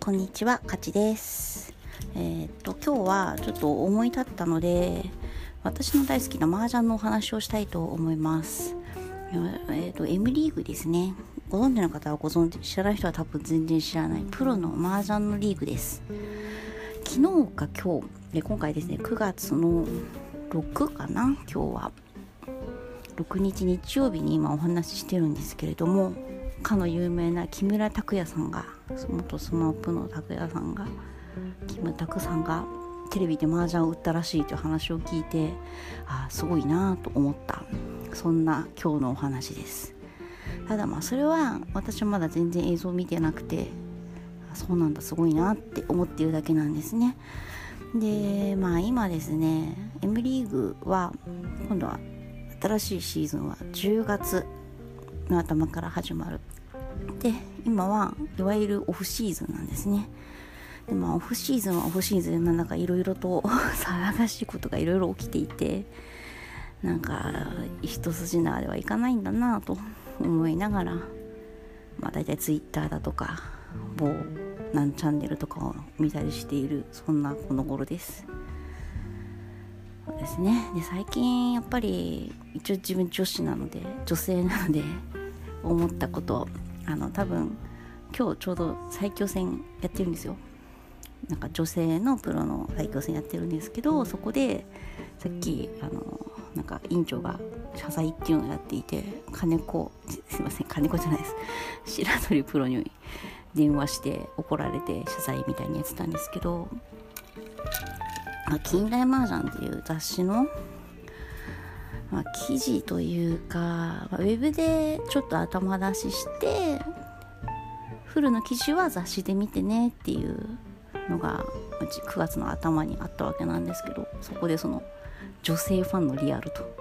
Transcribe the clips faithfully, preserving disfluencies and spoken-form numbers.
こんにちは、かちです。えー、っと今日はちょっと思い立ったので、私の大好きな麻雀のお話をしたいと思います。えー、っと M リーグですね。ご存知の方はご存知、知らない人は多分全然知らないプロの麻雀のリーグです。昨日か今日、え今回ですね、くがつのろくかな、今日はろくにち日曜日に今お話ししてるんですけれども、かの有名な木村拓哉さんが、元スマップの拓哉さんが、キムタクさんがテレビで麻雀を打ったらしいという話を聞いて、あすごいなと思った、そんな今日のお話です。ただまあそれは私はまだ全然映像を見てなくて、そうなんだすごいなって思っているだけなんですね。でまあ今ですね、 M リーグは今度は新しいシーズンはじゅうがつの頭から始まる。で今はいわゆるオフシーズンなんですね。でまあオフシーズンはオフシーズンなんだかいろいろと騒がしいことがいろいろ起きていて、なんか一筋縄ではいかないんだなと思いながら、まあだいたいツイッターだとか某何チャンネルとかを見たりしている、そんなこの頃です。そうですね。で最近やっぱり一応自分女子なので、女性なので思ったこと、あの多分今日ちょうど最強戦やってるんですよ。なんか女性のプロの最強戦やってるんですけど、そこでさっきあのなんか委員長が謝罪っていうのをやっていて、金子すいません金子じゃないです白鳥プロに電話して怒られて謝罪みたいにやってたんですけど、まあ、近代麻雀っていう雑誌の、まあ、記事というか、まあ、ウェブでちょっと頭出しして、フルの記事は雑誌で見てねっていうのがくがつの頭にあったわけなんですけど、そこでその女性ファンのリアルと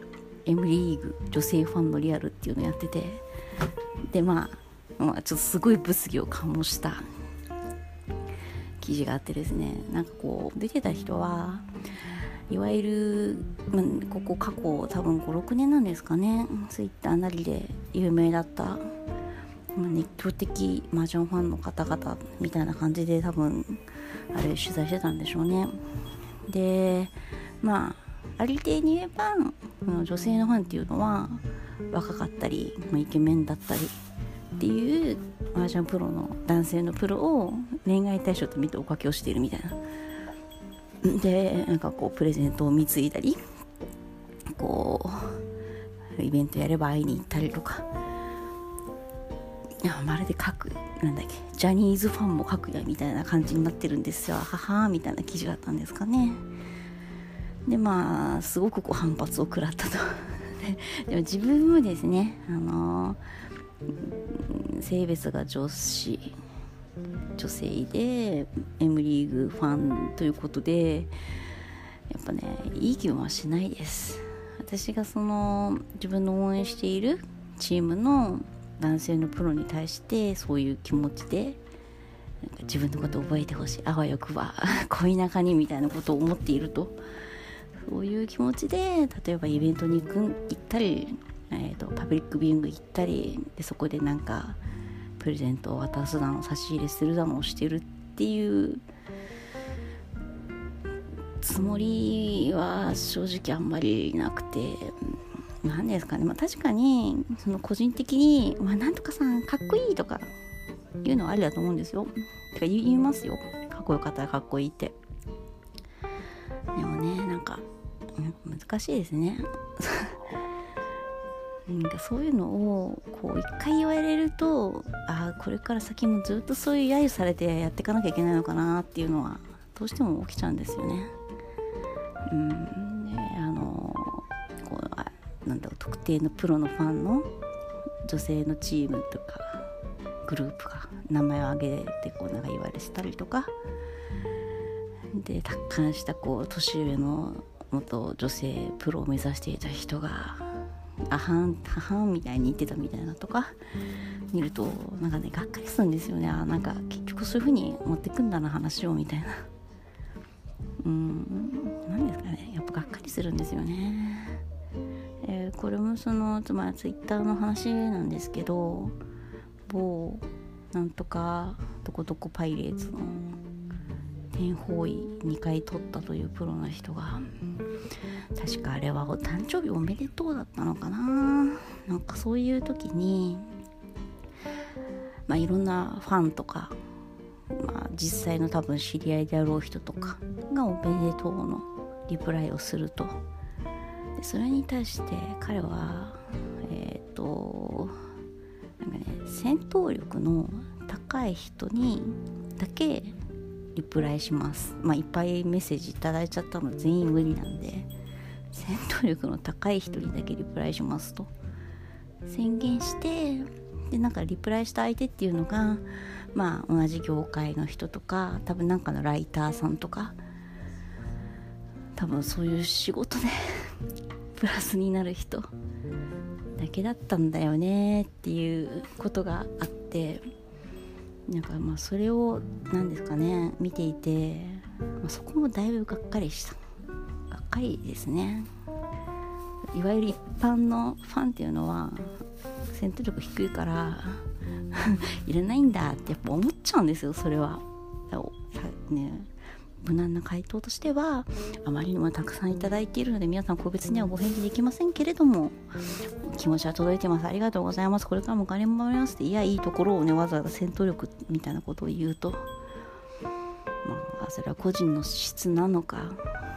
M リーグ女性ファンのリアルっていうのをやってて、でまあ、まあ、ちょっとすごい物議を醸した記事があってですね、なんかこう出てた人はいわゆる、まあ、ここ過去多分ごろくねんなんですかね、ツイッターなりで有名だった、まあ、熱狂的麻雀ファンの方々みたいな感じで多分あれ取材してたんでしょうね。でまあありていに言えば女性のファンっていうのは若かったり、まあ、イケメンだったりっていう麻雀プロの男性のプロを恋愛対象と見ておかけをしているみたいな。でなんかこうプレゼントを貢いだり、こうイベントやれば会いに行ったりとか、いやまるで各なんだっけジャニーズファンも各やみたいな感じになってるんですよ、ははみたいな記事だったんですかね。でまあすごくこう反発を食らったとでも自分もですね、あのー、性別が女子女性で M リーグファンということで、やっぱねいい気分はしないです。私がその自分の応援しているチームの男性のプロに対してそういう気持ちで、なんか自分のことを覚えてほしい、あわよくば恋仲にみたいなことを思っていると、そういう気持ちで例えばイベントに行く行ったり、えーと、パブリックビューイング行ったりで、そこでなんかプレゼントを渡すだの差し入れするだのをしてるっていうつもりは正直あんまりなくて、なんですかね、まあ、確かにその個人的に、まあ、なんとかさんかっこいいとかいうのはありだと思うんですよ。てか言いますよ、かっこよかったらかっこいいって。でもねなんか難しいですねなんかそういうのをこう一回言われると、あこれから先もずっとそういう揶揄されてやっていかなきゃいけないのかなっていうのはどうしても起きちゃうんですよね。うんであのこうあなんだろう特定のプロのファンの女性のチームとかグループが名前を挙げてこうなんか言われしたりとかで、達観したこう年上の元女性プロを目指していた人があはんははんみたいに言ってたみたいなとか見ると、なんかねがっかりするんですよね。あなんか結局そういう風に持ってくんだな話をみたいな、うーんなんですかね、やっぱがっかりするんですよね。えー、これもそのつまりツイッターの話なんですけど、某なんとかどこどこパイレーツの天方位にかい取ったというプロの人が、確かあれはお誕生日おめでとうだったのかな、なんかそういう時に、まあ、いろんなファンとか、まあ、実際の多分知り合いであろう人とかがおめでとうのリプライをすると、でそれに対して彼はえっとなんかね、戦闘力の高い人にだけリプライします。まあいっぱいメッセージいただいちゃったの全員無理なんで、戦闘力の高い人にだけリプライしますと宣言して、でなんかリプライした相手っていうのが、まあ同じ業界の人とか、多分なんかのライターさんとか、多分そういう仕事でプラスになる人だけだったんだよねっていうことがあって、なんかまあそれをなんですかね見ていて、まあ、そこもだいぶがっかりしたがっかりですね。いわゆる一般のファンっていうのは戦闘力低いからいらないんだってやっぱ思っちゃうんですよ。それはね、無難な回答としては、あまりにもたくさんいただいているので皆さん個別にはご返事できませんけれども、気持ちは届いてます、ありがとうございます、これからもお金ももらいますって、いやいいところをねわざわざ戦闘力みたいなことを言うと、まあそれは個人の質なのか、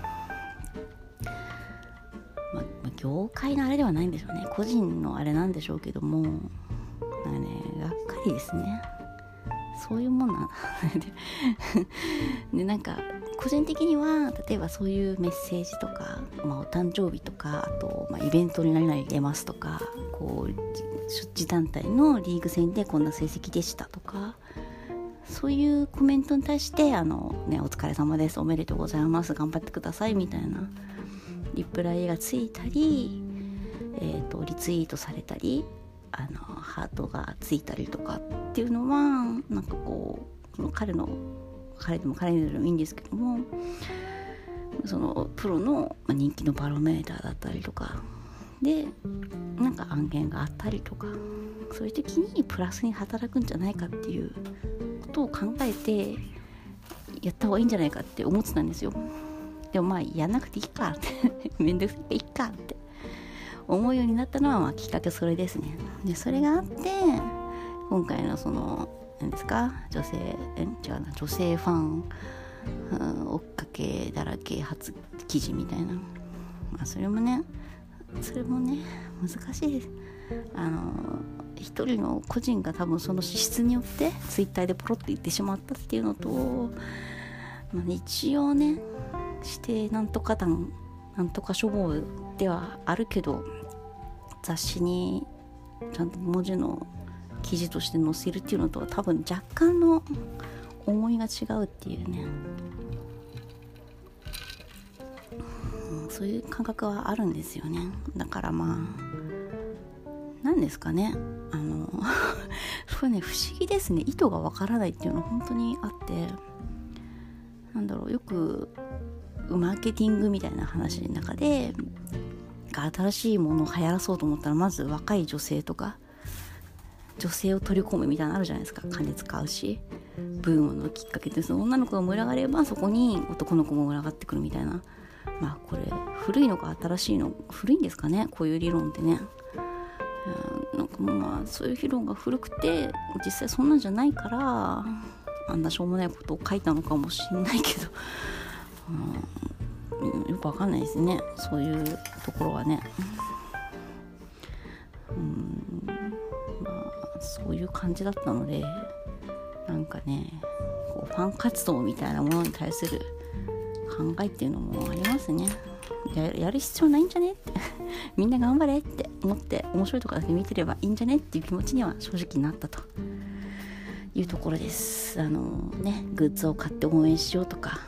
まあ、業界のあれではないんでしょうね、個人のあれなんでしょうけども、なんかねがっかりですね。そういうもんなんでなんか個人的には例えばそういうメッセージとか、まあ、お誕生日とか、あと、まあ、イベントに何々出ますとか、こう自団体のリーグ戦でこんな成績でしたとか、そういうコメントに対してあの、ね、お疲れ様です、おめでとうございます、頑張ってくださいみたいなリプライがついたり、えーと、リツイートされたり、あのハートがついたりとかっていうのは、なんかこうその彼の彼でも彼でもいいんですけども、そのプロの人気のバロメーターだったりとかで、なんか案件があったりとか、そういう時にプラスに働くんじゃないかっていうことを考えてやった方がいいんじゃないかって思ってたんですよ。でもまあやんなくていいかってめんどくさいいいかって思うようになったのは、まあきっかけそれですね。でそれがあって今回のその何ですか、女性え違うな女性ファン、うん、追っかけだらけ初記事みたいな、まあ、それもねそれもね難しいです。あの一人の個人が多分その資質によってツイッターでポロッと言ってしまったっていうのと、まあ、一応ね指定なんとか団なんとか処方ではあるけど、雑誌にちゃんと文字の記事として載せるっていうのとは多分若干の思いが違うっていうね、うん、そういう感覚はあるんですよね。だからまあ何ですかね、あのそれね不思議ですね。意図がわからないっていうのは本当にあって、なんだろう、よくマーケティングみたいな話の中で新しいものを流行らそうと思ったらまず若い女性とか女性を取り込むみたいなのあるじゃないですか。金使うし、ブームのきっかけでその女の子が群がればそこに男の子も群がってくるみたいな、まあこれ古いのか新しいの古いんですかね、こういう理論ってね。なんかまあそういう理論が古くて実際そんなんじゃないからあんなしょうもないことを書いたのかもしれないけど、うん、よくわかんないですね、そういうところはね。うん、まあそういう感じだったので、なんかねこうファン活動みたいなものに対する考えっていうのもありますね。 や, やる必要ないんじゃねってみんな頑張れって思って面白いところだけ見てればいいんじゃねっていう気持ちには正直なったというところです。あのねグッズを買って応援しようとか、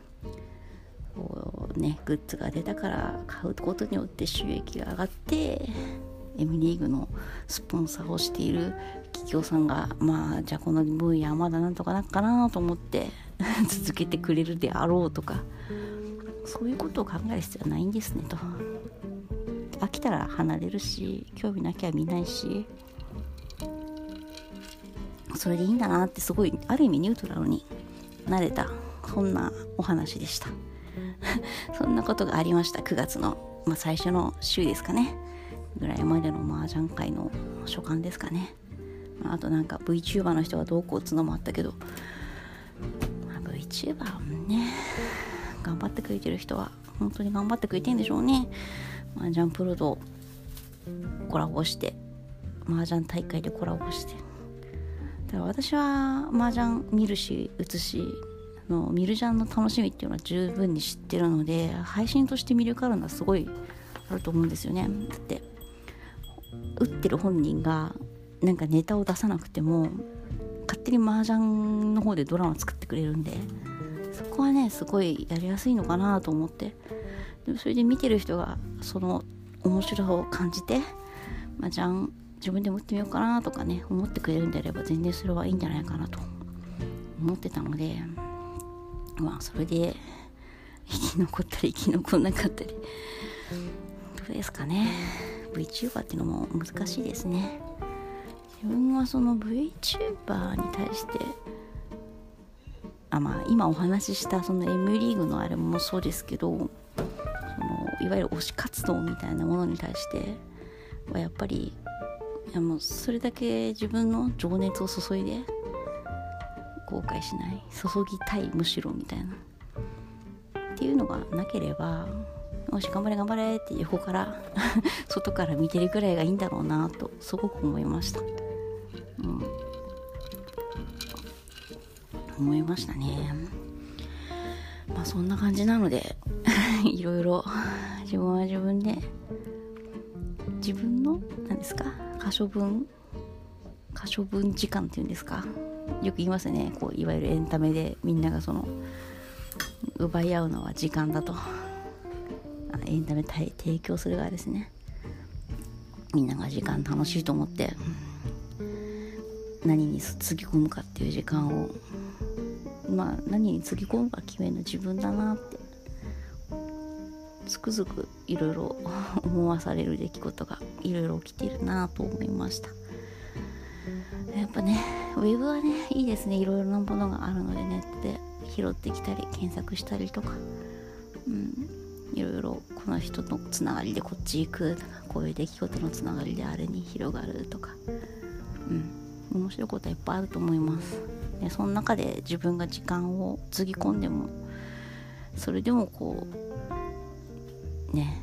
こうねグッズが出たから買うことによって収益が上がって M リーグのスポンサーをしている企業さんが、まあじゃあこの分野はまだなんとかなっかなと思って続けてくれるであろうとか、そういうことを考える必要はないんですねと。飽きたら離れるし、興味なきゃ見ないし、 それでいいんだなってすごいある意味ニュートラルになれた、そんなお話でしたそんなことがありました。くがつの、まあ、最初の週ですかねぐらいまでの麻雀会の所感ですかね。あとなんか VTuber の人がどうこうつのもあったけど、まあ、VTuber もね頑張ってくれてる人は本当に頑張ってくれてんでしょうね。麻雀プロとコラボして麻雀大会でコラボして、だから私は麻雀見るし打つしの見るジャンの楽しみっていうのは十分に知ってるので、配信として魅力あるのはすごいあると思うんですよね。だって打ってる本人がなんかネタを出さなくても勝手に麻雀の方でドラマ作ってくれるんで、そこはねすごいやりやすいのかなと思って、でもそれで見てる人がその面白さを感じて麻雀自分でも打ってみようかなとかね思ってくれるんであれば、全然それはいいんじゃないかなと思ってたので、まあそれで生き残ったり生き残んなかったりどうですかね。 VTuber っていうのも難しいですね。自分はその VTuber に対してあ、まあ今お話ししたその M リーグのあれもそうですけど、そのいわゆる推し活動みたいなものに対してはやっぱり、いやもうそれだけ自分の情熱を注いで後悔しない、注ぎたいむしろみたいなっていうのがなければ、よし頑張れ頑張れって横から外から見てるくらいがいいんだろうなとすごく思いました。うん、思いましたね。まあそんな感じなのでいろいろ自分は自分で自分の何ですか可処分可処分時間っていうんですか、よく言いますね。こういわゆるエンタメでみんながその奪い合うのは時間だと、エンタメ提供する側ですね。みんなが時間楽しいと思って何につぎ込むかっていう時間を、まあ何につぎ込むか決めるの自分だなってつくづくいろいろ思わされる出来事がいろいろ起きているなと思いました。やっぱねウェブはねいいですね。いろいろなものがあるのでネットで拾ってきたり検索したりとか、うん、いろいろこの人のつながりでこっち行くとか、こういう出来事のつながりであれに広がるとか、うん、面白いことはいっぱいあると思います。でその中で自分が時間をつぎ込んでもそれでもこうね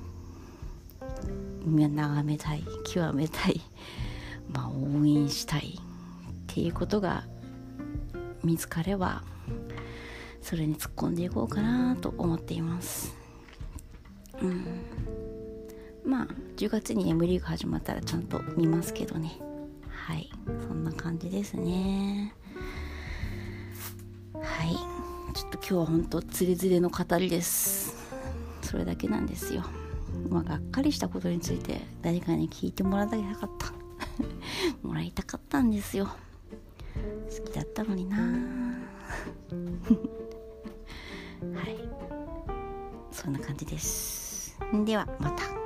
眺めたい極めたい、まあ応援したいっていうことが見つかればそれに突っ込んでいこうかなと思っています。うん、まあじゅうがつに M リーグ始まったらちゃんと見ますけどね。はい、そんな感じですね。はい、ちょっと今日は本当つれづれの語りです。それだけなんですよ。まあがっかりしたことについて誰かに聞いてもらいたかったもらいたかったんですよ。好きだったのになはい、そんな感じです。ではまた。